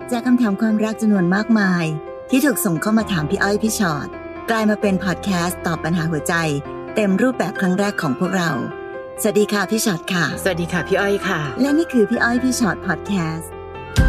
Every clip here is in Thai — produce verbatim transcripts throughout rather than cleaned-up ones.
จากคำถามความรักจำนวนมากมายที่ถูกส่งเข้ามาถามพี่อ้อยพี่ชอตกลายมาเป็นพอดแคสต์ตอบปัญหาหัวใจเต็มรูปแบบครั้งแรกของพวกเราสวัสดีค่ะพี่ชอตค่ะสวัสดีค่ะพี่อ้อยค่ะและนี่คือพี่อ้อยพี่ชอตพอดแคสต์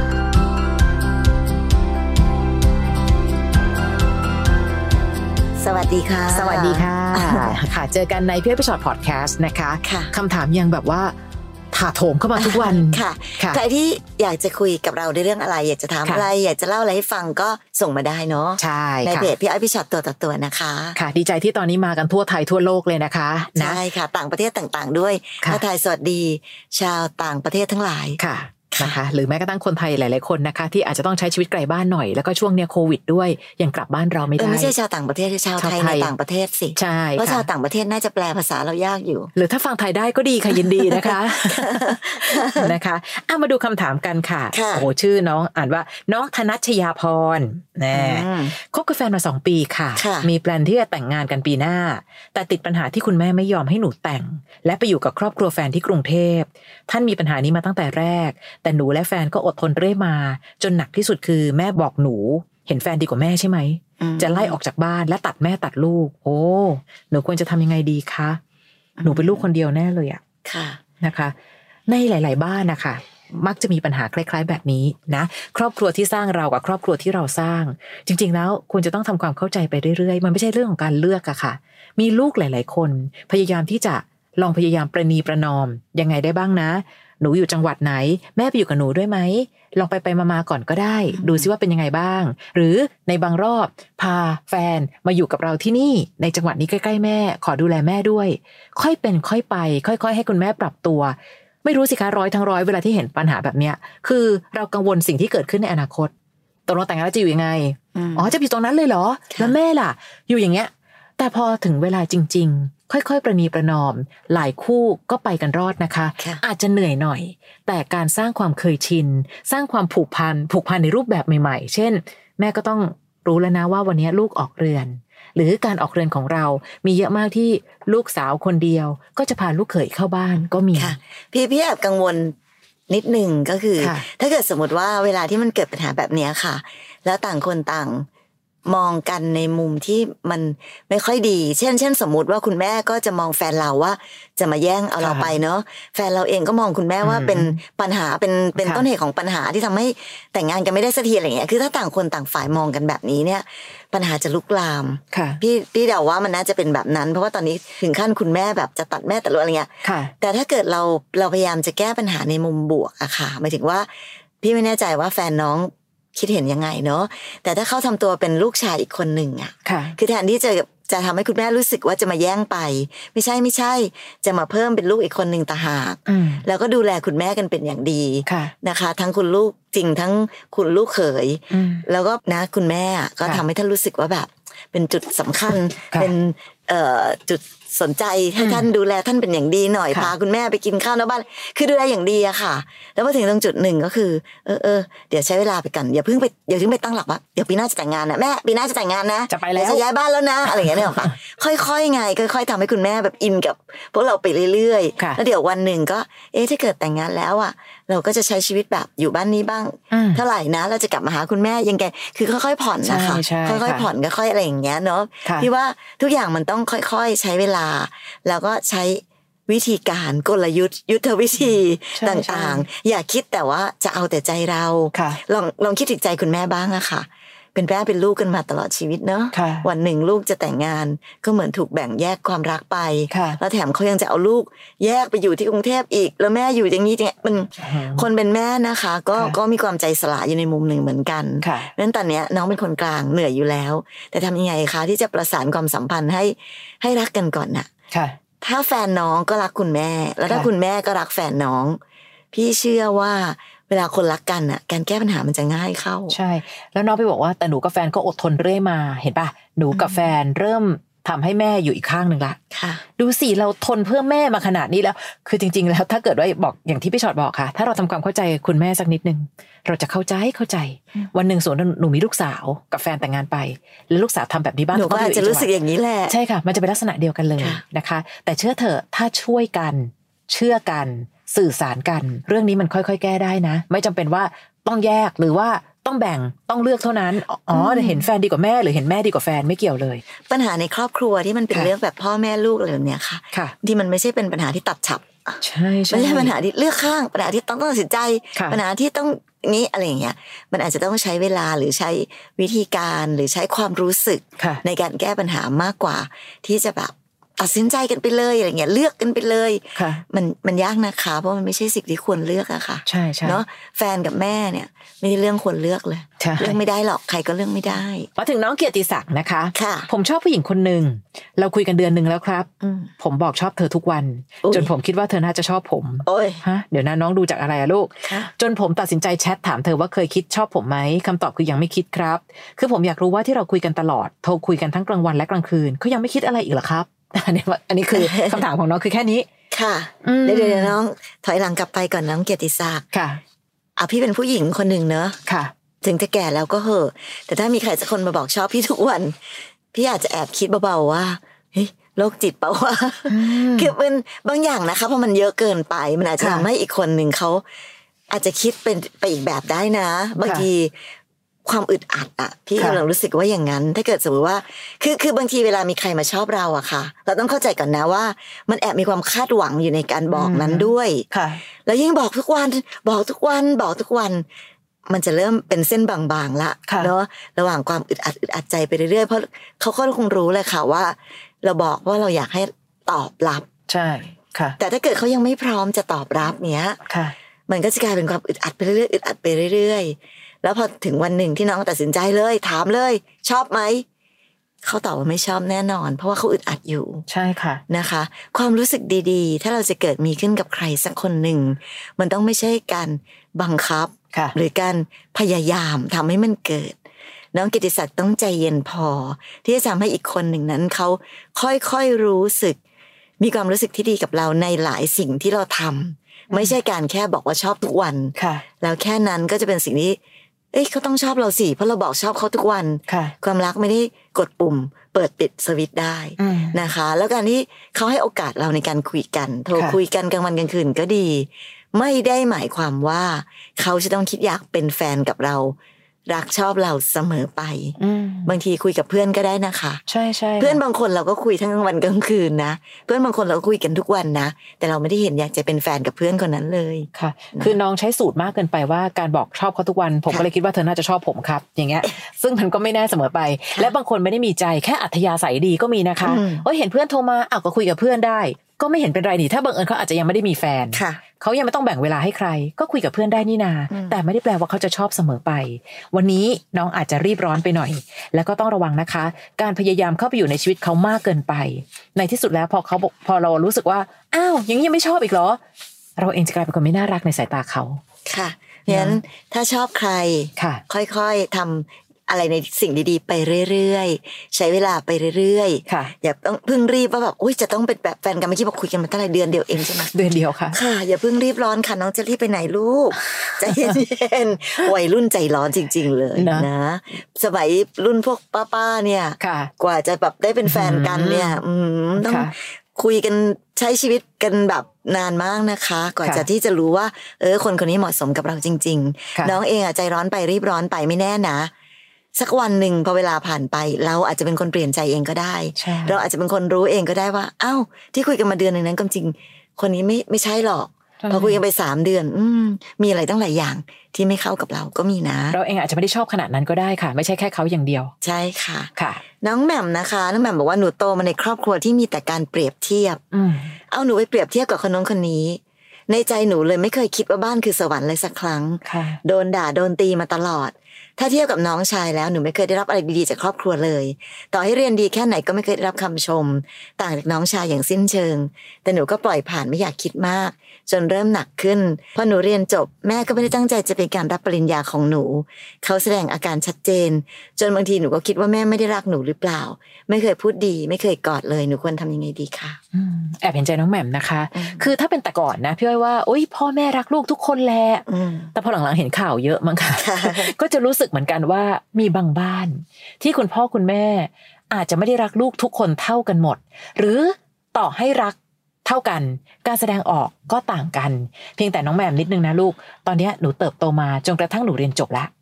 สวัสดีค่ะสวัสดีค่ะค่ะเจอกันในพี่อ้อยพี่ชอตพอดแคสต์นะคะคำถามยังแบบว่าถาโถมเข้ามาทุกวันค่ะใครที่อยากจะคุยกับเราในเรื่องอะไรอยากจะถามอะไรอยากจะเล่าอะไรให้ฟังก็ส่งมาได้เนาะใช่ในเพจพี่อ้อยพี่ชอตตัวต่อตัวนะคะค่ะดีใจที่ตอนนี้มากันทั่วไทยทั่วโลกเลยนะคะใช่ค่ะต่างประเทศต่างๆด้วยทักทายสวัสดีชาวต่างประเทศทั้งหลายค่ะนะคะหรือแม้กระทั่งคนไทยหลายๆคนนะคะที่อาจจะต้องใช้ชีวิตไกลบ้านหน่อยแล้วก็ช่วงเนี้ยโควิดด้วยยังกลับบ้านเราไม่ได้ไม่ใช่ชาวต่างประเทศชาวไทยในต่างประเทศสิใช่เพราะชาวต่างประเทศน่าจะแปลภาษาเรายากอยู่หรือถ้าฟังไทยได้ก็ดีค่ะยินดีนะคะนะคะอ่ะมาดูคำถามกันค่ะโอ้โหชื่อน้องอ่านว่าน้องธนัชยาพรนะคบกับแฟนมาสองปีค่ะมีแพลนที่จะแต่งงานกันปีหน้าแต่ติดปัญหาที่คุณแม่ไม่ยอมให้หนูแต่งและไปอยู่กับครอบครัวแฟนที่กรุงเทพท่านมีปัญหานี้มาตั้งแต่แรกแต่หนูและแฟนก็อดทนเรื่อยมาจนหนักที่สุดคือแม่บอกหนูเห็นแฟนดีกว่าแม่ใช่ไหมจะไล่ออกจากบ้านและตัดแม่ตัดลูกโอ้หนูควรจะทำยังไงดีคะหนูเป็นลูกคนเดียวแน่เลยอะค่ะนะคะในหลายๆบ้านนะคะมักจะมีปัญหาคล้ายๆแบบนี้นะครอบครัวที่สร้างเรากับครอบครัวที่เราสร้างจริงๆแล้วควรจะต้องทำความเข้าใจไปเรื่อยๆมันไม่ใช่เรื่องของการเลือกอะค่ะมีลูกหลายๆคนพยายามที่จะลองพยายามประนีประนอมยังไงได้บ้างนะหนูอยู่จังหวัดไหนแม่ไปอยู่กับหนูด้วยไหมลองไปไปมาๆก่อนก็ได้ดูซิว่าเป็นยังไงบ้างหรือในบางรอบพาแฟนมาอยู่กับเราที่นี่ในจังหวัดนี้ใกล้ๆแม่ขอดูแลแม่ด้วยค่อยเป็นค่อยไปค่อยๆให้คุณแม่ปรับตัวไม่รู้สิคะร้อยทั้งร้อยเวลาที่เห็นปัญหาแบบเนี้ยคือเรากังวลสิ่งที่เกิดขึ้นในอนาคตตกลงแต่งงานแล้วจะอยู่ยังไงอ๋อจะอยู่ตรงนั้นเลยเหรอแล้วแม่ล่ะอยู่อย่างเงี้ยแต่พอถึงเวลาจริงๆค่อยๆประนีประนอมหลายคู่ก็ไปกันรอดนะคะอาจจะเหนื่อยหน่อยแต่การสร้างความเคยชินสร้างความผูกพันผูกพันในรูปแบบใหม่ๆเช่นแม่ก็ต้องรู้แล้วนะว่าวันนี้ลูกออกเรือนหรือการออกเรือนของเรามีเยอะมากที่ลูกสาวคนเดียวก็จะพาลูกเขยเข้าบ้านก็มีพี่พี่แอบกังวลนิดนึงก็คือถ้าเกิดสมมติว่าเวลาที่มันเกิดปัญหาแบบนี้ค่ะแล้วต่างคนต่างมองกันในมุมที่มันไม่ค่อยดีเช่นเช่นสมมุติว่าคุณแม่ก็จะมองแฟนเราว่าจะมาแย่งเอาเราไปเนาะแฟนเราเองก็มองคุณแม่ว่าเป็นปัญหาเป็นเป็นต้นเหตุของปัญหาที่ทำให้แต่งงานกันไม่ได้สักทีอะไรอย่างเงี้ยคือถ้าต่างคนต่างฝ่ายมองกันแบบนี้เนี่ยปัญหาจะลุกลามพี่พี่เดาว่ามันน่าจะเป็นแบบนั้นเพราะว่าตอนนี้ถึงขั้นคุณแม่แบบจะตัดแม่ตัดลูกอะไรเงี้ยแต่ถ้าเกิดเราเราพยายามจะแก้ปัญหาในมุมบวกอะค่ะหมายถึงว่าพี่ไม่แน่ใจว่าแฟนน้องคิดเห็นยังไงเนาะแต่ถ้าเขาทำตัวเป็นลูกชายอีกคนหนึ่งอ่ะคือแทนที่จะจะทำให้คุณแม่รู้สึกว่าจะมาแย่งไปไม่ใช่ไม่ใช่จะมาเพิ่มเป็นลูกอีกคนหนึ่งต่างหากแล้วก็ดูแลคุณแม่กันเป็นอย่างดีนะคะทั้งคุณลูกจริงทั้งคุณลูกเขยแล้วก็นะคุณแม่ก็ทำให้ท่านรู้สึกว่าแบบเป็นจุดสำคัญเป็นเอ่อจุดสนใจให้ท่านดูแลท่านเป็นอย่างดีหน่อยพาคุณแม่ไปกินข้าวนอกบ้านคือดูแลอย่างดีอะค่ะแล้วพอถึงตรงจุดหนึ่งก็คือเออเออเดี๋ยวใช้เวลาไปกันอย่าเพิ่งไปอย่าเพิ่งไปตั้งหลักว่าเดี๋ยวปีหน้าจะแต่งงานนะแม่ปีหน้าจะแต่งงานนะจะไปแล้วจะย้ายบ้านแล้วนะอะไรอย่างเงี้ยเนี่ยค่ะค่อยๆไงค่อยๆทำให้คุณแม่แบบอินกับพวกเราไปเรื่อยๆแล้วเดี๋ยววันหนึ่งก็เอ๊ะถ้าเกิดแต่งงานแล้วอะเราก็จะใช้ชีวิตแบบอยู่บ้านนี้บ้างเท่าไหร่นะเราจะกลับมาหาคุณแม่ยังไงคือค่อยๆผ่อนนะคะค่อยๆผ่อนค่อยๆอะไรอย่างเงี้ยเนาะพี่ว่าทุกอย่างมันต้องค่อยๆใช้เวลาแล้วก็ใช้วิธีการกลยุทธ์ยุทธวิธีต่างๆอย่าคิดแต่ว่าจะเอาแต่ใจเราลองลองคิดถึงใจคุณแม่บ้างอะค่ะเป็นแม่เป็นลูกกันมาตลอดชีวิตเนาะวันหนึ่งลูกจะแต่งงานก็เหมือนถูกแบ่งแยกความรักไปแล้วแถมเขายังจะเอาลูกแยกไปอยู่ที่กรุงเทพอีกแล้วแม่อยู่อย่างนี้เนี่ยมันคนเป็นแม่นะคะก็ก็มีความใจสละอยู่ในมุมหนึ่งเหมือนกันเพราะฉะนั้นตอนนี้น้องเป็นคนกลางเหนื่อยอยู่แล้วแต่ทำยังไงคะที่จะประสานความสัมพันธ์ให้ให้รักกันก่อนน่ะถ้าแฟนน้องก็รักคุณแม่แล้วถ้าคุณแม่ก็รักแฟนน้องพี่เชื่อว่าเวลาคนรักกันน่ะการแก้ปัญหามันจะง่ายเข้าใช่แล้วน้องไปบอกว่าแต่หนูกับแฟนก็อดทนเรื่อยมาเห็นป่ะหนูกับแฟนเริ่มทำให้แม่อยู่อีกข้างหนึ่งละดูสิเราทนเพื่อแม่มาขนาดนี้แล้วคือจริงๆแล้วถ้าเกิดว่าบอกอย่างที่พี่ชอตบอกค่ะถ้าเราทำความเข้าใจคุณแม่สักนิดนึงเราจะเข้าใจเข้าใจวันหนึ่งส่วนหนูมีลูกสาวกับแฟนแต่งงานไปแล้วลูกสาวทำแบบนี้บ้างหนูก็อาจจะรู้สึกอย่างนี้แหละใช่ค่ะมันจะเป็นลักษณะเดียวกันเลยนะคะแต่เชื่อเถอะถ้าช่วยกันเชื่อกันสื่อสารกันเรื่องนี้มันค่อยๆแก้ได้นะไม่จำเป็นว่าต้องแยกหรือว่าต้องแบ่งต้องเลือกเท่านั้นอ๋อเห็นแฟนดีกว่าแม่หรือเห็นแม่ดีกว่าแฟนไม่เกี่ยวเลยปัญหาในครอบครัวที่มันเป็นเรื่องแบบพ่อแม่ลูกอะไรแบบเนี้ยค่ะที่มันไม่ใช่เป็นปัญหาที่ตัดฉับใช่ใช่ไม่ใช่ปัญหาที่เลือกข้างปัญหาที่ต้องตัดสินใจปัญหาที่ต้องนี้อะไรอย่างเงี้ยมันอาจจะต้องใช้เวลาหรือใช้วิธีการหรือใช้ความรู้สึกในการแก้ปัญหามากกว่าที่จะแบบตัดสินใจกันไปเลยอะไรเงี้ยเลือกกันไปเลยมันมันยากนะคะเพราะมันไม่ใช่สิ่งที่ควรเลือกอะค่ะใช่ใช่เนาะแฟนกับแม่เนี่ยไม่ได้เรื่องควรเลือกเลยเลือกไม่ได้หรอกใครก็เลือกไม่ได้มาถึงน้องเกียรติศักดิ์นะคะผมชอบผู้หญิงคนหนึ่งเราคุยกันเดือนนึงแล้วครับผมบอกชอบเธอทุกวันจนผมคิดว่าเธอน่าจะชอบผมฮะเดี๋ยวนะน้องดูจากอะไรอะลูกจนผมตัดสินใจแชทถามเธอว่าเคยคิดชอบผมไหมคำตอบคือยังไม่คิดครับคือผมอยากรู้ว่าที่เราคุยกันตลอดโทรคุยกันทั้งกลางวันและกลางคืนเขายังไม่คิดอะไรอีกเหรอครับอันนี้อันนี้คือคำถามของน้องคือแค่นี้ค่ะเดี๋ยวเดี๋ยวน้องถอยหลังกลับไปก่อนน้องเกียรติศักดิ์ค่ะอ่ะพี่เป็นผู้หญิงคนหนึ่งเนอะค่ะถึงจะแก่แล้วก็เหอะแต่ถ้ามีใครสักคนมาบอกชอบพี่ทุกวันพี่อาจจะแอบคิดเบาๆว่าเฮ้ยโรคจิตเปล่าวะคือเป็นบางอย่างนะคะเพราะมันเยอะเกินไปมันอาจจะทำให้อีกคนหนึ่งเขาอาจจะคิดเป็นไปอีกแบบได้นะบางทีความอึดอัดอ่ะพี่กำลังรู้สึกว่าอย่างนั้นถ้าเกิดสมมติว่าคือคือบางทีเวลามีใครมาชอบเราอะค่ะเราต้องเข้าใจก่อนนะว่ามันแอบมีความคาดหวังอยู่ในการบอกนั้นด้วยแล้วยิ่งบอกทุกวันบอกทุกวันบอกทุกวันมันจะเริ่มเป็นเส้นบางๆละเนาะระหว่างความอึดอัดอึดอัดใจไปเรื่อยๆเพราะเขาก็คงรู้เลยค่ะว่าเราบอกว่าเราอยากให้ตอบรับใช่ค่ะแต่ถ้าเกิดเขายังไม่พร้อมจะตอบรับเนี้ยมันก็จะกลายเป็นความอึดอัดไปเรื่อยๆอึดอัดไปเรื่อยๆแล้วพอถึงวันหนึ่งที่น้องตัดสินใจเลยถามเลยชอบไหมเขาตอบว่าไม่ชอบแน่นอนเพราะว่าเขาอึดอัดอยู่ใช่ค่ะนะคะความรู้สึกดีๆถ้าเราจะเกิดมีขึ้นกับใครสักคนหนึ่งมันต้องไม่ใช่การบังคับหรือการพยายามทำให้มันเกิดน้องกิติศักดิ์ต้องใจเย็นพอที่จะทำให้อีกคนหนึ่งนั้นเขาค่อยๆรู้สึกมีความรู้สึกที่ดีกับเราในหลายสิ่งที่เราทำไม่ใช่การแค่บอกว่าชอบทุกวันแล้วแค่นั้นก็จะเป็นสิ่งที่เอ้ยเขาต้องชอบเราสิเพราะเราบอกชอบเขาทุกวันความรักไม่ได้กดปุ่มเปิดปิดสวิตช์ได้นะคะแล้วการที่เขาให้โอกาสเราในการคุยกันโทรคุยกันกลางวันกลางคืนก็ดีไม่ได้หมายความว่าเขาจะต้องคิดอยากเป็นแฟนกับเรารักชอบเราเสมอไปบางทีคุยกับเพื่อนก็ได้นะคะใช่ใช่เพื่อนบางคนเราก็คุยทั้งกลางวันกลางคืนนะเพื่อนบางคนเราก็คุยกันทุกวันนะแต่เราไม่ได้เห็นอยากจะเป็นแฟนกับเพื่อนคนนั้นเลยค่ะคือน้องใช้สูตรมากเกินไปว่าการบอกชอบเขาทุกวันผมก็เลยคิดว่าเธอน่าจะชอบผมครับอย่างเงี้ยซึ่งมันก็ไม่แน่เสมอไปและบางคนไม่ได้มีใจแค่อัธยาศัยดีก็มีนะคะโอ้ยเห็นเพื่อนโทรมาอ้าวก็คุยกับเพื่อนได้ก็ไม่เห็นเป็นไรนี่ถ้าบังเอิญเขาอาจจะยังไม่ได้มีแฟนเขายังไม่ต้องแบ่งเวลาให้ใครก็คุยกับเพื่อนได้นี่นาแต่ไม่ได้แปลว่าเขาจะชอบเสมอไปวันนี้น้องอาจจะรีบร้อนไปหน่อยแล้วก็ต้องระวังนะคะการพยายามเข้าไปอยู่ในชีวิตเขามากเกินไปในที่สุดแล้วพอเขาพอเรารู้สึกว่าอ้าวอย่างนี้ยังไม่ชอบอีกเหรอเราเองจะกลายเป็นคนไม่น่ารักในสายตาเขาค่ะงั้นถ้าชอบใครค่อยๆทำอะไรในสิ่งดีๆไปเรื่อยๆใช้เวลาไปเรื่อยๆอย่าต้องเพิ่งรีบว่าแบบอุ้ยจะต้องเป็นแบบแฟนกันเมื่อกี้บอกคุยกันมาเท่าไหร่เดือนเดียวเองใช่ไหมเดือนเดียวค่ะค่ะอย่าเพิ่งรีบร้อนค่ะน้องจะรีบไปไหนลูกใจเย็นๆวัยรุ่นใจร้อนจริงๆเลยนะสมัยรุ่นพวกป้าๆเนี่ยกว่าจะแบบได้เป็นแฟนกันเนี่ยต้องคุยกันใช้ชีวิตกันแบบนานมากนะคะกว่าจะที่จะรู้ว่าเออคนคนนี้เหมาะสมกับเราจริงๆน้องเองอ่ะใจร้อนไปรีบร้อนไปไม่แน่นะสักวันหนึ่งพอเวลาผ่านไปเราอาจจะเป็นคนเปลี่ยนใจเองก็ได้เราอาจจะเป็นคนรู้เองก็ได้ว่าอ้าวที่คุยกันมาเดือนนึงนั้นก็จริงคนนี้ไม่ไม่ใช่หรอกพอคุยกันไปสามเดือนอืมมีอะไรตั้งหลายอย่างที่ไม่เข้ากับเราก็มีนะเราเองอาจจะไม่ได้ชอบขนาดนั้นก็ได้ค่ะไม่ใช่แค่เขาอย่างเดียวใช่ค่ะค่ะน้องแหม่มนะคะน้องแหม่มบอกว่าหนูโตมาในครอบครัวที่มีแต่การเปรียบเทียบเอาหนูไปเปรียบเทียบกับคนน้องคนนี้ในใจหนูเลยไม่เคยคิดว่าบ้านคือสวรรค์เลยสักครั้งโดนด่าโดนตีมาตลอดถ้าเทียบกับน้องชายแล้วหนูไม่เคยได้รับอะไรดีๆจากครอบครัวเลยต่อให้เรียนดีแค่ไหนก็ไม่เคยได้รับคำชมต่างจากน้องชายอย่างสิ้นเชิงแต่หนูก็ปล่อยผ่านไม่อยากคิดมากจนเริ่มหนักขึ้นพอหนูเรียนจบแม่ก็ไม่ได้ตั้งใจจะเป็นการรับปริญญาของหนูเขาแสดงอาการชัดเจนจนบางทีหนูก็คิดว่าแม่ไม่ได้รักหนูหรือเปล่าไม่เคยพูดดีไม่เคยกอดเลยหนูควรทำยังไงดีคะแอบเห็นใจน้องแหม่มนะคะคือถ้าเป็นแต่ก่อนนะพี่อ้อยว่าโอ๊ยพ่อแม่รักลูกทุกคนแหละแต่พอหลังๆเห็นข่าวเยอะมั้งค่ะก็จะรู้สึกเหมือนกันว่ามีบางบ้านที่คุณพ่อคุณแม่อาจจะไม่ได้รักลูกทุกคนเท่ากันหมดหรือต่อให้รักเท่ากันการแสดงออกก็ต่างกันเพียงแต่น้องแหม่มนิดนึงนะลูกตอนนี้หนูเติบโตมาจนกระทั่งหนูเรียนจบแล้ว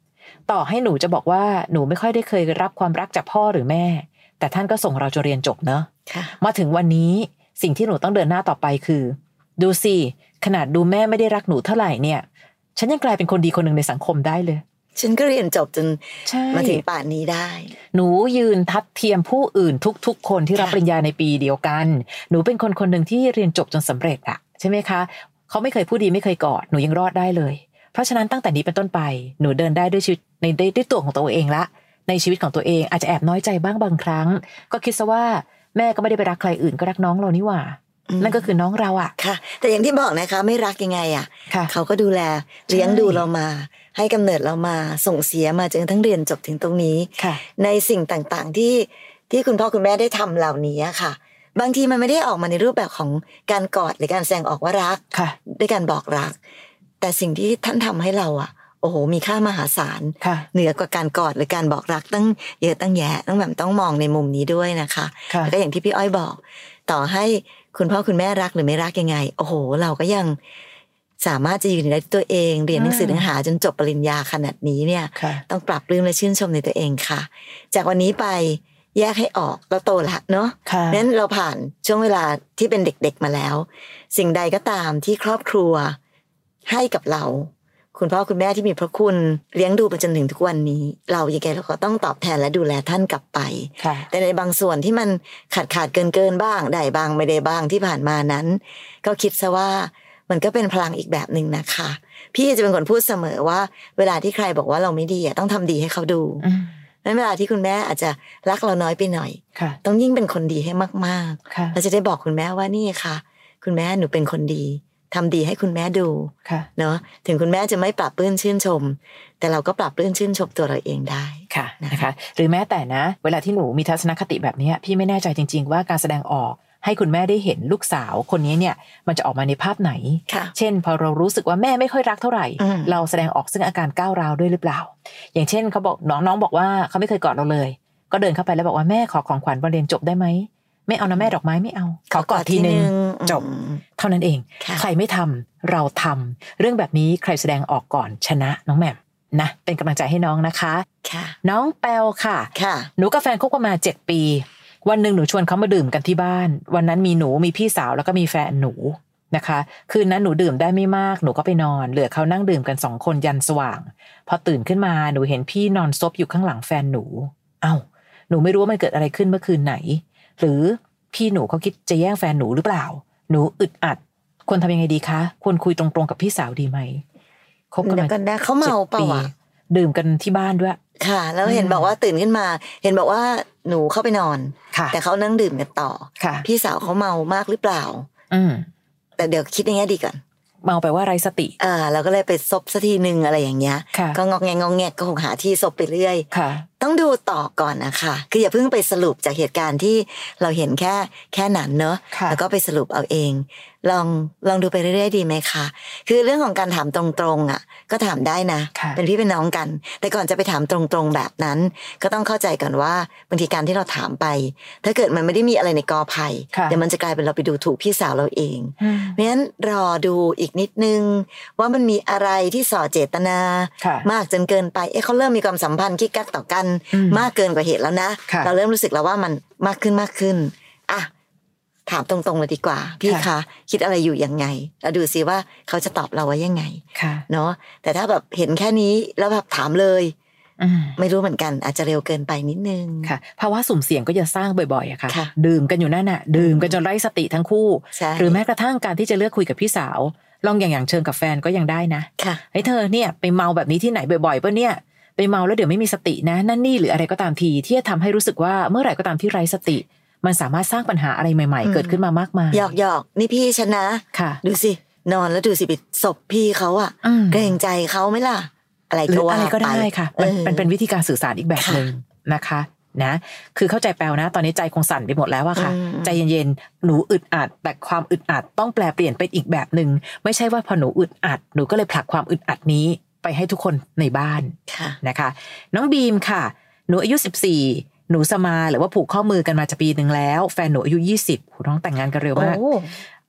ต่อให้หนูจะบอกว่าหนูไม่ค่อยได้เคยรับความรักจากพ่อหรือแม่แต่ท่านก็ส่งเราจนเรียนจบเนอะมาถึงวันนี้สิ่งที่หนูต้องเดินหน้าต่อไปคือดูสิขนาดดูแม่ไม่ได้รักหนูเท่าไหร่เนี่ยฉันยังกลายเป็นคนดีคนหนึ่งในสังคมได้เลยฉันก็เรียนจบจนมาถึงป่านนี้ได้หนูยืนทัดเทียมผู้อื่นทุกๆคนที่รับปริญญาในปีเดียวกันหนูเป็นคนคนหนึ่งที่เรียนจบจนสำเร็จอะใช่ไหมคะเขาไม่เคยพูดดีไม่เคยกอดหนูยังรอดได้เลยเพราะฉะนั้นตั้งแต่นี้เป็นต้นไปหนูเดินได้ด้วยชีวิตในด้วยตัวของตัวเองละในชีวิตของตัวเองอาจจะแอบน้อยใจบ้างบางครั้งก็คิดซะว่าแม่ก็ไม่ได้ไปรักใครอื่นก็รักน้องเรานี่หว่านั่นก็คือน้องเราอะค่ะแต่อย่างที่บอกนะคะไม่รักยังไงอะเขาก็ดูแลเลี้ยงดูเรามาให้กำเนิดเรามาส่งเสียมาจนทั้งเรียนจบถึงตรงนี้ในสิ่งต่างๆที่ที่คุณพ่อคุณแม่ได้ทำเหล่านี้ค่ะบางทีมันไม่ได้ออกมาในรูปแบบของการกอดหรือการแสดงออกว่ารักด้วยการบอกรักแต่สิ่งที่ท่านทำให้เราอะโอ้โหมีค่ามหาศาลเหนือกว่าการกอดหรือการบอกรักตั้งเยอะตั้งแยะต้องแบบต้องมองในมุมนี้ด้วยนะคะแล้วก็อย่างที่พี่อ้อยบอกต่อให้คุณพ่อคุณแม่รักหรือไม่รักยังไงโอ้โหเราก็ยังสามารถจะยืนได้ตัวเองเรียนหนังสือหนังหาจนจบปริญญาขนาดนี้เนี่ยต้องปรับปรื้มและชื่นชมในตัวเองค่ะจากวันนี้ไปแยกให้ออกเราโตละเนาะนั้นเราผ่านช่วงเวลาที่เป็นเด็กๆมาแล้วสิ่งใดก็ตามที่ครอบครัวให้กับเราคุณพ่อคุณแม่ที่มีพระคุณเลี้ยงดูไปจนถึงทุกวันนี้เราอย่างไรเราก็ต้องตอบแทนและดูแลท่านกลับไปแต่ในบางส่วนที่มันขาดขาดเกินเกินบ้างได้บ้างไม่ได้บ้างที่ผ่านมานั้นก็คิดซะว่ามันก็เป็นพลังอีกแบบนึงนะคะพี่จะเป็นคนพูดเสมอว่าเวลาที่ใครบอกว่าเราไม่ดีต้องทำดีให้เขาดูนั้นเวลาที่คุณแม่อาจจะรักเราน้อยไปหน่อยต้องยิ่งเป็นคนดีให้มากๆเราจะได้บอกคุณแม่ว่านี่ค่ะคุณแม่หนูเป็นคนดีทำดีให้คุณแม่ดูเนาะถึงคุณแม่จะไม่ปรับปลื้มชื่นชมแต่เราก็ปรับปลื้มชื่นชมตัวเราเองได้ค่ะนะคะหรือแม้แต่นะเวลาที่หนูมีทัศนคติแบบนี้พี่ไม่แน่ใจจริงๆว่าการแสดงออกให้คุณแม่ได้เห็นลูกสาวคนนี้เนี่ยมันจะออกมาในภาพไหนเช่นพอเรารู้สึกว่าแม่ไม่ค่อยรักเท่าไหร่เราแสดงออกซึ่งอาการก้าวร้าวด้วยหรือเปล่าอย่างเช่นเขาบอกน้องน้องบอกว่าเขาไม่เคยกอดเราเลยก็เดินเข้าไปแล้วบอกว่าแม่ขอของขวัญวันเรียนจบได้ไหมไม่เอานะแม่ดอกไม้ไม่เอาขอกอดทีนึงจบเท่านั้นเองใครไม่ทำเราทำเรื่องแบบนี้ใครแสดงออกก่อนชนะน้องแหม่มนะเป็นกำลังใจให้น้องนะคะน้องแปลค่ะหนูกับแฟนคบกันมาเจ็ดปีวันหนึ่งหนูชวนเขามาดื่มกันที่บ้านวันนั้นมีหนูมีพี่สาวแล้วก็มีแฟนหนูนะคะคืนนั้นหนูดื่มได้ไม่มากหนูก็ไปนอนเหลือเขานั่งดื่มกันสองคนยันสว่างพอตื่นขึ้นมาหนูเห็นพี่นอนซบอยู่ข้างหลังแฟนหนูเอ้าหนูไม่รู้ว่ามันเกิดอะไรขึ้นเมื่อคืนไหนหรือพี่หนูเขาคิดจะแย่งแฟนหนูหรือเปล่าหนูอึดอัดควรทำยังไงดีคะควรคุยตรงๆกับพี่สาวดีไหมคบกันมากันได้เขาเมาเปล่าอ่ะดื่มกันที่บ้านด้วยค่ะแล้วเห็นบอกว่าตื่นขึ้นมาเห็นบอกว่าหนูเข้าไปนอนแต่เขานั่งดื่มกันต่อพี่สาวเขาเมามากหรือเปล่าอืมแต่เดี๋ยวคิดในแง่ดีก่อนเมาไปว่าไร้สติอ่าเราก็เลยไปซบสักทีนึงอะไรอย่างเงี้ยก็งอกแงงงแงก็คงหาที่ซบไปเรื่อยต้องดูต่อก่อนนะคะคืออย่าเพิ่งไปสรุปจากเหตุการณ์ที่เราเห็นแค่แค่นั้นเนอะแล้วก็ไปสรุปเอาเองลองลองดูไปเรื่อยๆดีไหมคะคือเรื่องของการถามตรงๆอ่ะก็ถามได้นะเป็นพี่เป็นน้องกันแต่ก่อนจะไปถามตรงๆแบบนั้นก็ต้องเข้าใจก่อนว่าบางทีการที่เราถามไปถ้าเกิดมันไม่ได้มีอะไรในกอไผ่เดี๋ยวมันจะกลายเป็นเราไปดูถูกพี่สาวเราเองเพราะฉะนั้นรอดูอีกนิดนึงว่ามันมีอะไรที่ส่อเจตนามากจนเกินไปเอ๊ะเขาเริ่มมีความสัมพันธ์กิ๊กกักต่อกันมากเกินกว่าเหตุแล้วนะเราเริ่มรู้สึกแล้วว่ามันมากขึ้นมากขึ้นอ่ะถามตรงๆเลยดีกว่าพี่คะคิดอะไรอยู่ยังไงแล้วดูซิว่าเขาจะตอบเราว่ายังไงเนาะแต่ถ้าแบบเห็นแค่นี้แล้วแบบถามเลยไม่รู้เหมือนกันอาจจะเร็วเกินไปนิดนึงค่ะภาวะสุ่มเสี่ยงก็จะสร้างบ่อยๆอะค่ะดื่มกันอยู่นั่นน่ะดื่มกันจนไร้สติทั้งคู่หรือแม้กระทั่งการที่จะเลือกคุยกับพี่สาวลองอย่างอย่างเชิงกับแฟนก็ยังได้นะไอ้เธอเนี่ยไปเมาแบบนี้ที่ไหนบ่อยๆป่ะเนี่ยไปเมาแล้วเดี๋ยวไม่มีสตินะนั่นนี่หรืออะไรก็ตามทีที่จะทำให้รู้สึกว่าเมื่อไหร่ก็ตามที่ไร้สติมันสามารถสร้างปัญหาอะไรใหม่ๆเกิดขึ้นมามากมายหยอกหยอกนี่พี่ฉันนะดูสินอนแล้วดูสิไปศพพี่เขาอะเกรงใจเขาไหมล่ะอะไรก็ว่าอะไรก็ได้ค่ะมันเป็นวิธีการสื่อสารอีกแบบนึงนะคะนะคือเข้าใจแปลนะตอนนี้ใจคงสั่นไปหมดแล้วอะค่ะใจเย็นๆหนูอึดอัดแต่ความอึดอัดต้องแปลเปลี่ยนเป็นอีกแบบนึงไม่ใช่ว่าพอหนูอึดอัดหนูก็เลยผลักความอึดอัดนี้ไปให้ทุกคนในบ้านนะคะน้องบีมค่ะหนูอายุสิบสี่หนูสมาหรือว่าผูกข้อมือกันมาจะปีนึงแล้วแฟนหนูอายุยี่สิบน้องแต่งงานกันเร็วมาก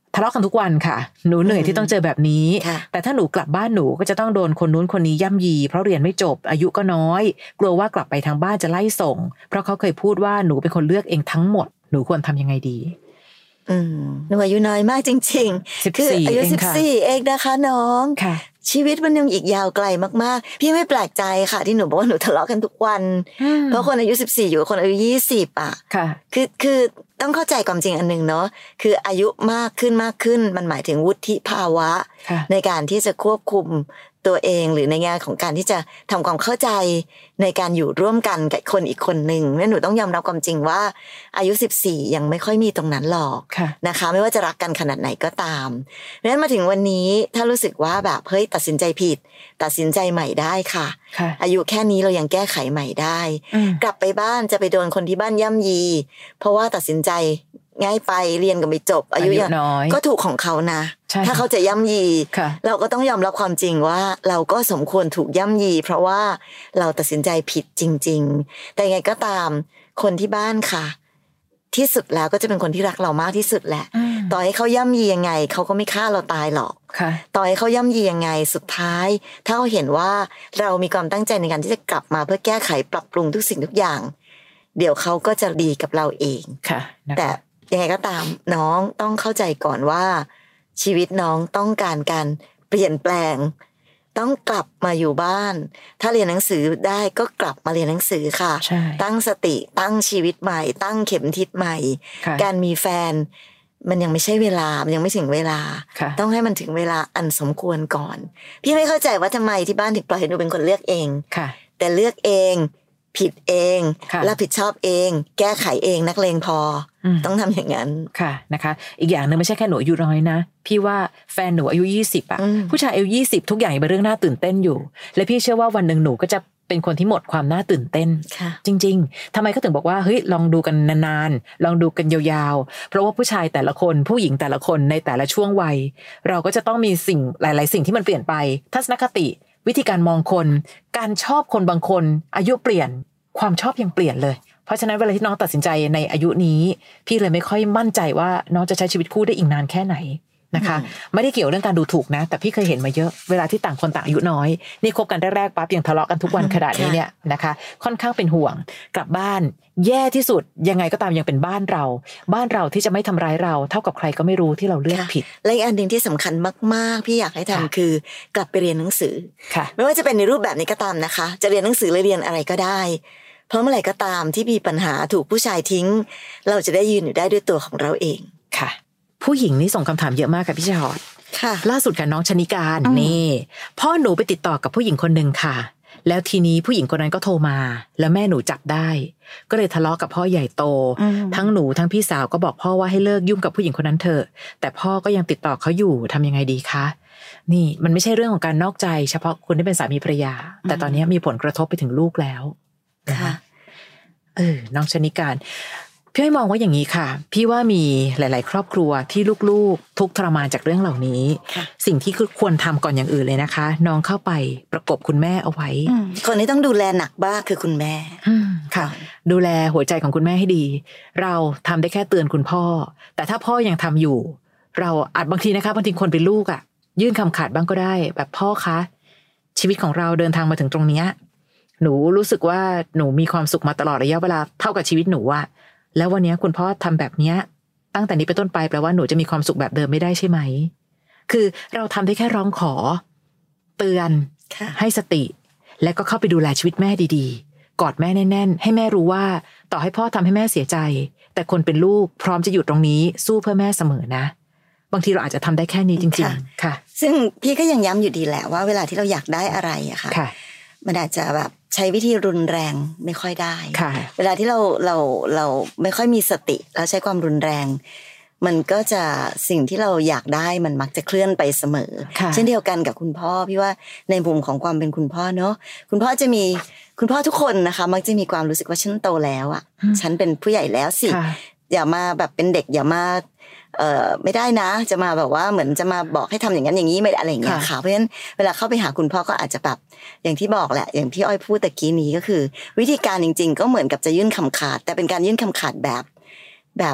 ทะเลาะกันทุกวันค่ะหนูเหนื่อยที่ต้องเจอแบบนี้แต่ถ้าหนูกลับบ้านหนูก็จะต้องโดนคนนู้นคนนี้ย่ำยีเพราะเรียนไม่จบอายุก็น้อยกลัวว่ากลับไปทางบ้านจะไล่ส่งเพราะเขาเคยพูดว่าหนูเป็นคนเลือกเองทั้งหมดหนูควรทำยังไงดีอืมหนูอายุน้อยมากจริงๆคืออายุสิบสี่เองนะคะน้องชีวิตมันยังอีกยาวไกลมากๆพี่ไม่แปลกใจค่ะที่หนูบอกว่าหนูทะเลาะกันทุกวันเพราะคนอายุสิบสี่อยู่กับคนอายุยี่สิบอ่ะคือคือต้องเข้าใจความจริงอันนึงเนาะคืออายุมากขึ้นมากขึ้นมันหมายถึงวุฒิภาวะในการที่จะควบคุมตัวเองหรือในแง่ของการที่จะทำความเข้าใจในการอยู่ร่วมกันกับคนอีกคนนึงเนี่ยหนูต้องยอมรับความจริงว่าอายุสิบสี่ยังไม่ค่อยมีตรงนั้นหรอกนะคะไม่ว่าจะรักกันขนาดไหนก็ตามเพราะฉะนั้นมาถึงวันนี้ถ้ารู้สึกว่าแบบเฮ้ยตัดสินใจผิดตัดสินใจใหม่ได้ค่ะอายุแค่นี้เรายังแก้ไขใหม่ได้กลับไปบ้านจะไปโดนคนที่บ้านย่ำยีเพราะว่าตัดสินใจง่ายไปเรียนก็ไม่จบอายุยังน้อยก็ถูกของเขานะถ้าเขาจะย่ำยีเราก็ต้องยอมรับความจริงว่าเราก็สมควรถูกย่ำยีเพราะว่าเราตัดสินใจผิดจริงๆแต่ไงก็ตามคนที่บ้านค่ะที่สุดแล้วก็จะเป็นคนที่รักเรามากที่สุดแหละต่อให้เขาย่ำยียังไงเขาก็ไม่ฆ่าเราตายหรอกต่อให้เขาย่ำยียังไงสุดท้ายถ้าเขาเห็นว่าเรามีความตั้งใจในการที่จะกลับมาเพื่อแก้ไขปรับปรุงทุกสิ่งทุกอย่างเดี๋ยวเขาก็จะดีกับเราเองแต่ยังไงก็ตามน้องต้องเข้าใจก่อนว่าชีวิตน้องต้องการการเปลี่ยนแปลงต้องกลับมาอยู่บ้านถ้าเรียนหนังสือได้ก็กลับมาเรียนหนังสือค่ะตั้งสติตั้งชีวิตใหม่ตั้งเข็มทิศใหม่การมีแฟนมันยังไม่ใช่เวลามันยังไม่ถึงเวลาต้องให้มันถึงเวลาอันสมควรก่อนพี่ไม่เข้าใจว่าทำไมที่บ้านถึงปล่อยให้หนูเป็นคนเลือกเองแต่เลือกเองผิดเองรับผิดชอบเองแก้ไขเองนักเลงพอต้องทำอย่างนั้นค่ะนะคะอีกอย่างนึงไม่ใช่แค่หนูอายุน้อยนะพี่ว่าแฟนหนูอายุยี่สิบอ่ะผู้ชายอายุยี่สิบทุกอย่างเป็นเรื่องน่าตื่นเต้นอยู่และพี่เชื่อว่าวันนึงหนูก็จะเป็นคนที่หมดความน่าตื่นเต้นจริงๆทำไมเขาถึงบอกว่าเฮ้ยลองดูกันนานๆลองดูกันยาวๆเพราะว่าผู้ชายแต่ละคนผู้หญิงแต่ละคนในแต่ละช่วงวัยเราก็จะต้องมีสิ่งหลายๆสิ่งที่มันเปลี่ยนไปทัศนคติวิธีการมองคนการชอบคนบางคนอายุเปลี่ยนความชอบยังเปลี่ยนเลยเพราะฉะนั้นเวลาที่น้องตัดสินใจในอายุนี้พี่เลยไม่ค่อยมั่นใจว่าน้องจะใช้ชีวิตคู่ได้อีกนานแค่ไหนนะคะไม่ได้เกี่ยวเรื่องการดูถูกนะแต่พี่เคยเห็นมาเยอะเวลาที่ต่างคนต่างอายุน้อยนี่คบกันแรกๆปั๊บยังทะเลาะกันทุกวันขนาดนี้เนี่ยนะคะค่อนข้างเป็นห่วงกลับบ้านแย่ที่สุดยังไงก็ตามยังเป็นบ้านเราบ้านเราที่จะไม่ทำร้ายเราเท่ากับใครก็ไม่รู้ที่เราเลือกผิดและอีกอันหนึ่งที่สำคัญมากๆพี่อยากให้ทำคือกลับไปเรียนหนังสือไม่ว่าจะเป็นในรูปแบบนี้ก็ตามนะคะจะเรียนหนังสือหรือเรียนอะไรก็ได้เพราะเมื่อไหร่ก็ตามที่มีปัญหาถูกผู้ชายทิ้งเราจะได้ยืนอยู่ได้ด้วยตัวของเราเองค่ะผู้หญิงนี่ส่งคำถามเยอะมากค่ะพี่ชอดค่ะล่าสุดกับน้องชนิการนี่พ่อหนูไปติดต่อกับผู้หญิงคนหนึ่งค่ะแล้วทีนี้ผู้หญิงคนนั้นก็โทรมาแล้วแม่หนูจับได้ก็เลยทะเลาะกับพ่อใหญ่โตทั้งหนูทั้งพี่สาวก็บอกพ่อว่าให้เลิกยุ่งกับผู้หญิงคนนั้นเถอะแต่พ่อก็ยังติดต่อเขาอยู่ทำยังไงดีคะนี่มันไม่ใช่เรื่องของการนอกใจเฉพาะคนที่เป็นสามีภรรยาแต่ตอนนี้มีผลกระทบไปถึงลูกแล้วค่ะเออน้องชนิการพี่ไม่มองว่าอย่างนี้ค่ะพี่ว่ามีหลายๆครอบครัวที่ลูกๆทุกทรมานจากเรื่องเหล่านี้สิ่งที่คือควรทำก่อนอย่างอื่นเลยนะคะน้องเข้าไปประกบคุณแม่เอาไว้คนที่ต้องดูแลหนักบ้างคือคุณแม่ค่ะดูแลหัวใจของคุณแม่ให้ดีเราทำได้แค่เตือนคุณพ่อแต่ถ้าพ่อยังทำอยู่เราอาจบางทีนะคะบางทีคนเป็นลูกอ่ะยื่นคำขาดบ้างก็ได้แบบพ่อคะชีวิตของเราเดินทางมาถึงตรงเนี้ยหนูรู้สึกว่าหนูมีความสุขมาตลอดระยะเวลาเท่ากับชีวิตหนูอะแล้ววันนี้คุณพ่อทำแบบเนี้ยตั้งแต่นี้เป็นต้นไปแปลว่าหนูจะมีความสุขแบบเดิมไม่ได้ใช่ไหมคือเราทำได้แค่ร้องขอเตือนให้สติและก็เข้าไปดูแลชีวิตแม่ดีๆกอดแม่แน่นๆให้แม่รู้ว่าต่อให้พ่อทำให้แม่เสียใจแต่คนเป็นลูกพร้อมจะอยู่ตรงนี้สู้เพื่อแม่เสมอนะบางทีเราอาจจะทำได้แค่นี้จริงๆค่ะซึ่งพี่ก็ยังย้ำอยู่ดีแหละว่าเวลาที่เราอยากได้อะไรอะค่ะมันอาจจะแบบใช้วิธีรุนแรงไม่ค่อยได้เวลาที่เราเราเราไม่ค่อยมีสติแล้วใช้ความรุนแรงมันก็จะสิ่งที่เราอยากได้มันมักจะเคลื่อนไปเสมอเช่นเดียวกันกับคุณพ่อพี่ว่าในมุมของความเป็นคุณพ่อเนาะคุณพ่อจะมีคุณพ่อทุกคนนะคะมักจะมีความรู้สึกว่าฉันโตแล้วอ่ะฉันเป็นผู้ใหญ่แล้วสิอย่ามาแบบเป็นเด็กอย่ามาเอ่อไม่ได้นะจะมาแบบว่าเหมือนจะมาบอกให้ทำอย่างนั้นอย่างนี้ไม่อะไรอย่างเงี้ยค่ะเพราะฉะนั้นเวลาเข้าไปหาคุณพ่อก็อาจจะแบบอย่างที่บอกแหละอย่างพี่อ้อยพูดตะกี้นี้ก็คือวิธีการจริงๆก็เหมือนกับจะยื่นคำขาดแต่เป็นการยื่นคำขาดแบบแบบ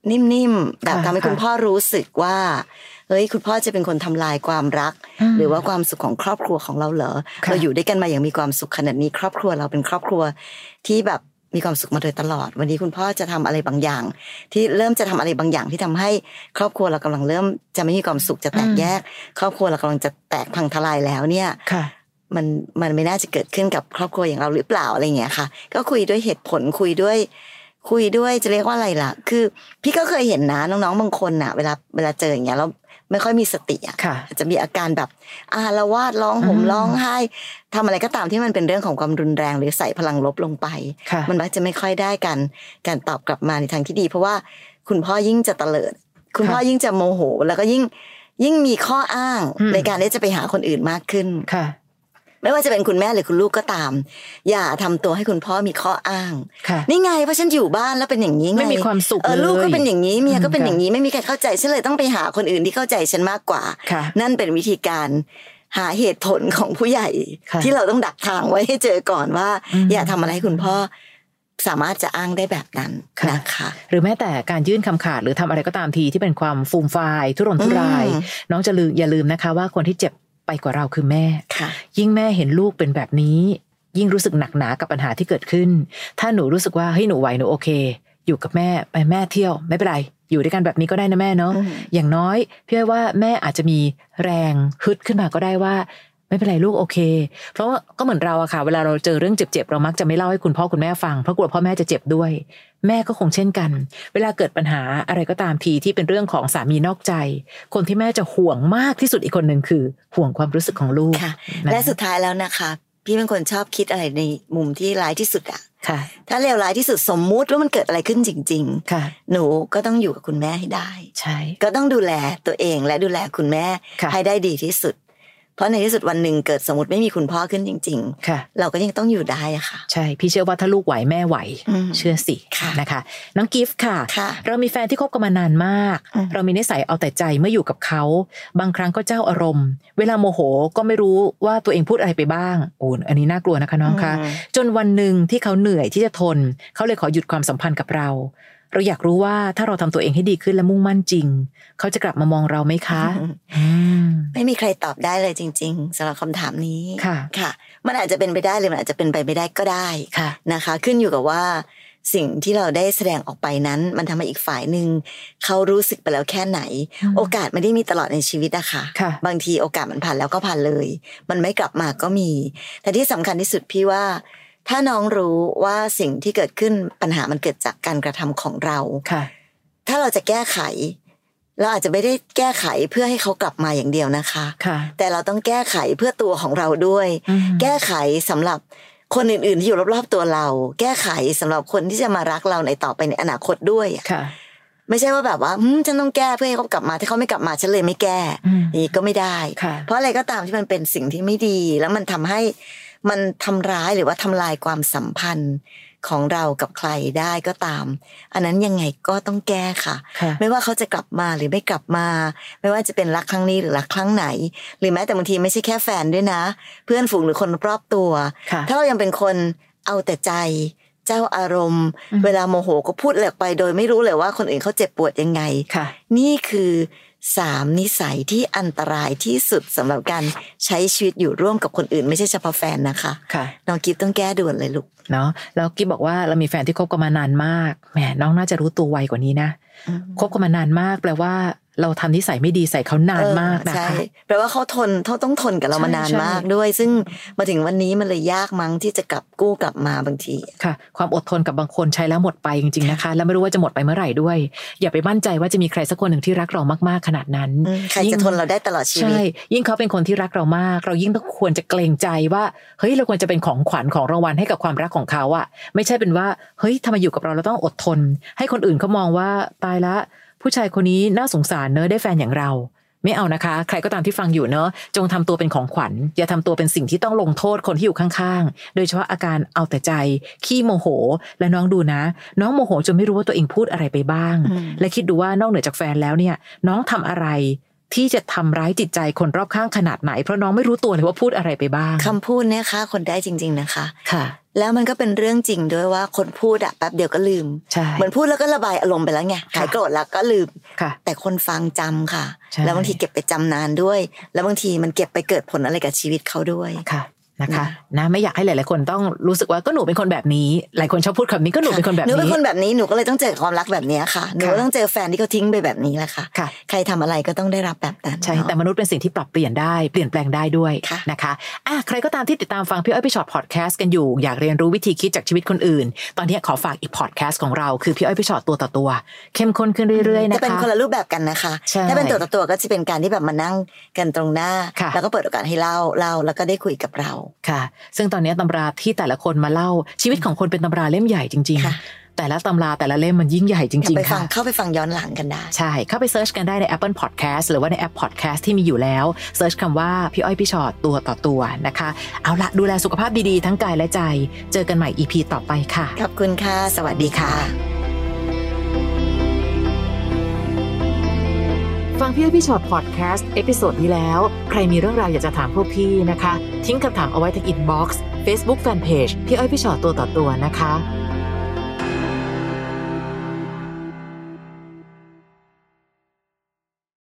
นิ่มๆแบบทำให้คุณพ่อรู้สึกว่าเฮ้ยคุณพ่อจะเป็นคนทำลายความรักหรือว่าความสุขของครอบครัวของเราเหรอเราอยู่ด้วยกันมาอย่างมีความสุขขนาดนี้ครอบครัวเราเป็นครอบครัวที่แบบมีความสุขมาโดยตลอดวันนี้คุณพ่อจะทำอะไรบางอย่างที่เริ่มจะทำอะไรบางอย่างที่ทำให้ครอบครัวเรากำลังเริ่มจะไม่มีความสุขจะแตกแยกครอบครัวเรากำลังจะแตกพังทลายแล้วเนี่ยมันมันไม่น่าจะเกิดขึ้นกับครอบครัวอย่างเราหรือเปล่าอะไรอย่างเงี้ยค่ะก็คุยด้วยเหตุผลคุยด้วยคุยด้วยจะเรียกว่าอะไรล่ะคือพี่ก็เคยเห็นนะน้องๆบางคนน่ะเวลาเวลาเจออย่างเงี้ยแล้วไม่ค่อยมีสติอ่ะจะมีอาการแบบอาละวาดร้องห่มร้องไห้ทำอะไรก็ตามที่มันเป็นเรื่องของความรุนแรงหรือใส่พลังลบลงไปมันมักจะไม่ค่อยได้การการตอบกลับมาในทางที่ดีเพราะว่าคุณพ่อยิ่งจะเตลิดคุณพ่อยิ่งจะโมโหแล้วก็ยิ่งยิ่งมีข้ออ้างในการที่จะไปหาคนอื่นมากขึ้นไม่ว่าจะเป็นคุณแม่หรือคุณลูกก็ตามอย่าทำตัวให้คุณพ่อมีข้ออ้างนี่ไงเพราะฉันอยู่บ้านแล้วเป็นอย่างนี้ไงไม่มีความสุขเลยลูกก็เป็นอย่างนี้เมียก็เป็นอย่างนี้ไม่มีใครเข้าใจฉันเลยต้องไปหาคนอื่นที่เข้าใจฉันมากกว่านั่นเป็นวิธีการหาเหตุผลของผู้ใหญ่ที่เราต้องดักทางไว้ให้เจอก่อนว่าอย่าทำอะไรให้คุณพ่อสามารถจะอ้างได้แบบนั้นนะคะหรือแม้แต่การยื่นคำขาดหรือทำอะไรก็ตามทีที่เป็นความฟูมฟายทุรนทุรายน้องจะลืมอย่าลืมนะคะว่าคนที่เจ็บไปกว่าเราคือแม่ยิ่งแม่เห็นลูกเป็นแบบนี้ยิ่งรู้สึกหนักหนากับปัญหาที่เกิดขึ้นถ้าหนูรู้สึกว่าเฮ้ยหนูไหวหนูโอเคอยู่กับแม่ไปแม่เที่ยวไม่เป็นไรอยู่ด้วยกันแบบนี้ก็ได้นะแม่เนาะอย่างน้อยพี่ว่าแม่อาจจะมีแรงฮึดขึ้นมาก็ได้ว่าไม่เป็นไรลูกโอเคเพราะว่าก็เหมือนเราอะค่ะเวลาเราเจอเรื่องเจ็บๆเรามักจะไม่เล่าให้คุณพ่อคุณแม่ฟังเพราะกลัวพ่อแม่จะเจ็บด้วยแม่ก็คงเช่นกันเวลาเกิดปัญหาอะไรก็ตามทีที่เป็นเรื่องของสามีนอกใจคนที่แม่จะห่วงมากที่สุดอีกคนหนึ่งคือห่วงความรู้สึกของลูกและสุดท้ายแล้วนะคะพี่เป็นคนชอบคิดอะไรในมุมที่ร้ายที่สุดอะถ้าเลวร้ายที่สุดสมมุติว่ามันเกิดอะไรขึ้นจริงๆหนูก็ต้องอยู่กับคุณแม่ให้ได้ใช่ก็ต้องดูแลตัวเองและดูแลคุณแม่ให้ได้ดีที่สุดเพราะในที่สุดวันหนึ่งเกิดสมมติไม่มีคุณพ่อขึ้นจริงๆเราก็ยังต้องอยู่ได้อะค่ะใช่พี่เชื่อว่าถ้าลูกไหวแม่ไหวเชื่อสินะคะน้องกิฟต์ค่ะเรามีแฟนที่คบกันมานานมากเรามีนิสัยเอาแต่ใจเมื่ออยู่กับเขาบางครั้งก็เจ้าอารมณ์เวลาโมโหก็ไม่รู้ว่าตัวเองพูดอะไรไปบ้างโอ้อันนี้น่ากลัวนะคะน้องคะจนวันหนึ่งที่เขาเหนื่อยที่จะทนเขาเลยขอหยุดความสัมพันธ์กับเราเราอยากรู้ว่าถ้าเราทำตัวเองให้ดีขึ้นและมุ่งมั่นจริงเขาจะกลับมามองเราไหมคะไม่มีใครตอบได้เลยจริงๆสำหรับคำถามนี้ค่ะค่ะมันอาจจะเป็นไปได้หรือมันอาจจะเป็นไปไม่ได้ก็ได้นะคะขึ้นอยู่กับว่าสิ่งที่เราได้แสดงออกไปนั้นมันทำให้อีกฝ่ายหนึ่งเขารู้สึกไปแล้วแค่ไหนโอกาสไม่ได้มีตลอดในชีวิตอะค่ะบางทีโอกาสมันผ่านแล้วก็ผ่านเลยมันไม่กลับมาก็มีแต่ที่สำคัญที่สุดพี่ว่าถ้าน้องรู้ว่าสิ่งที่เกิดขึ้นปัญหามันเกิดจากการกระทำของเราถ้าเราจะแก้ไขเราอาจจะไม่ได้แก้ไขเพื่อให้เขากลับมาอย่างเดียวนะคะแต่เราต้องแก้ไขเพื่อตัวของเราด้วยแก้ไขสำหรับคนอื่นๆที่อยู่รอบๆตัวเราแก้ไขสำหรับคนที่จะมารักเราในต่อไปในอนาคตด้วยไม่ใช่ว่าแบบว่าฉันต้องแก้เพื่อให้เขากลับมาถ้าเขาไม่กลับมาฉันเลยไม่แก้นี่ก็ไม่ได้เพราะอะไรก็ตามที่มันเป็นสิ่งที่ไม่ดีแล้วมันทำให้มันทำร้ายหรือว่าทำลายความสัมพันธ์ของเรากับใครได้ก็ตามอันนั้นยังไงก็ต้องแก้ค่ะไม่ว่าเขาจะกลับมาหรือไม่กลับมาไม่ว่าจะเป็นรักครั้งนี้หรือรักครั้งไหนหรือแม้แต่บางทีไม่ใช่แค่แฟนด้วยนะเพื่อนฝูงหรือคนรอบตัวถ้าเรายังเป็นคนเอาแต่ใจเจ้าอารมณ์เวลาโมโหก็พูดออกไปโดยไม่รู้เลยว่าคนอื่นเขาเจ็บปวดยังไงนี่คือสามนิสัยที่อันตรายที่สุดสำหรับการใช้ชีวิตอยู่ร่วมกับคนอื่นไม่ใช่เฉพาะแฟนนะคะน้องกิ๊บต้องแก้ด่วนเลยลูกเนาะแล้วกิ๊บบอกว่าเรามีแฟนที่คบกันมานานมากแหมน้องน่าจะรู้ตัวไวกว่านี้นะคบกันมานานมากแปลว่าเราทำนิสัยไม่ดีใส่เขานานมากนะคะแปลว่าเขาทนเขาต้องทนกับเรามานานมากด้วยซึ่งมาถึงวันนี้มันเลยยากมั้งที่จะกลับกู้กลับมาบางทีค่ะความอดทนกับบางคนใช้แล้วหมดไปจริงๆนะคะแล้วไม่รู้ว่าจะหมดไปเมื่อไหร่ด้วยอย่าไปมั่นใจว่าจะมีใครสักคนหนึ่งที่รักเรามากๆขนาดนั้นใครจะทนเราได้ตลอดชีวิตใช่ยิ่งเขาเป็นคนที่รักเรามากเรายิ่งต้องควรจะเกรงใจว่าเฮ้ยเราควรจะเป็นของขวัญของรางวัลให้กับความรักของเขาอะไม่ใช่เป็นว่าเฮ้ยทำไมอยู่กับเราเราต้องอดทนให้คนอื่นเขามองว่าตายละผู้ชายคนนี้น่าสงสารเนอะได้แฟนอย่างเราไม่เอานะคะใครก็ตามที่ฟังอยู่เนอะจงทำตัวเป็นของขวัญอย่าทำตัวเป็นสิ่งที่ต้องลงโทษคนที่อยู่ข้างๆโดยเฉพาะอาการเอาแต่ใจขี้โมโหและน้องดูนะน้องโมโหจนไม่รู้ว่าตัวเองพูดอะไรไปบ้างและคิดดูว่านอกเหนือจากแฟนแล้วเนี่ยน้องทำอะไรที่จะทำร้ายจิตใจคนรอบข้างขนาดไหนเพราะน้องไม่รู้ตัวเลยว่าพูดอะไรไปบ้างคำพูดเนี่ยค่ะคนได้จริงๆนะคะค่ะแล้วมันก็เป็นเรื่องจริงด้วยว่าคนพูดอะแป๊บเดียวก็ลืมเหมือนพูดแล้วก็ระบายอารมณ์ไปแล้วไงหายโกรธแล้วก็ลืมแต่คนฟังจำค่ะแล้วบางทีเก็บไปจำนานด้วยแล้วบางทีมันเก็บไปเกิดผลอะไรกับชีวิตเขาด้วยค่ะนะคะนะไม่อยากให้หลายๆคนต้องรู้สึกว่าก็หนูเป็นคนแบบนี้หลายคนชอบพูดคำนี้ก็หนูเป็นคนแบบนี้หนูเป็นคนแบบนี้หนูก็เลยต้องเจอความรักแบบนี้ค่ะหนูต้องเจอแฟนที่เขาทิ้งไปแบบนี้แหละค่ะใครทำอะไรก็ต้องได้รับแบบนั้นใช่แต่มนุษย์เป็นสิ่งที่ปรับเปลี่ยนได้เปลี่ยนแปลงได้ด้วยนะคะอ่ะใครก็ตามที่ติดตามฟังพี่อ้อยพี่ชอตพอดแคสต์กันอยู่อยากเรียนรู้วิธีคิดจากชีวิตคนอื่นตอนนี้ขอฝากอีกพอดแคสต์ของเราคือพี่อ้อยพี่ชอตตัวต่อตัวเข้มข้นขึ้นเรื่อยๆนะคะจะเป็นคนละรูปแบบกันนะคะถ้าเป็นตัวต่อตัวก็จะเป็นการที่แบบมานั่งกันตรงหน้าแล้วก็เปิดโอกาสให้เล่าเล่าแล้วก็ได้คุยกับเราค่ะซึ่งตอนนี้ตำราที่แต่ละคนมาเล่าชีวิตของคนเป็นตำราเล่มใหญ่จริงๆแต่ละตำราแต่ละเล่มมันยิ่งใหญ่จริงๆค่ะเข้าไปฟังย้อนหลังกันได้ใช่เข้าไปเซิร์ชกันได้ใน Apple Podcast หรือว่าในแอป Podcast ที่มีอยู่แล้วเซิร์ชคำว่าพี่อ้อยพี่ชอตตัวต่อตัวนะคะเอาละดูแลสุขภาพดีๆทั้งกายและใจเจอกันใหม่ อี พี ต่อไปค่ะขอบคุณค่ะสวัสดีค่ะฟังพี่อ้อยพี่ชอตพอดแคสต์เอพิโซดนี้แล้วใครมีเรื่องราวอยากจะถามพวกพี่นะคะทิ้งคำถามเอาไว้ที่อินบ็อกซ์ Facebook Fanpage พี่อ้อยพี่ชอตตัวต่อตัวนะคะ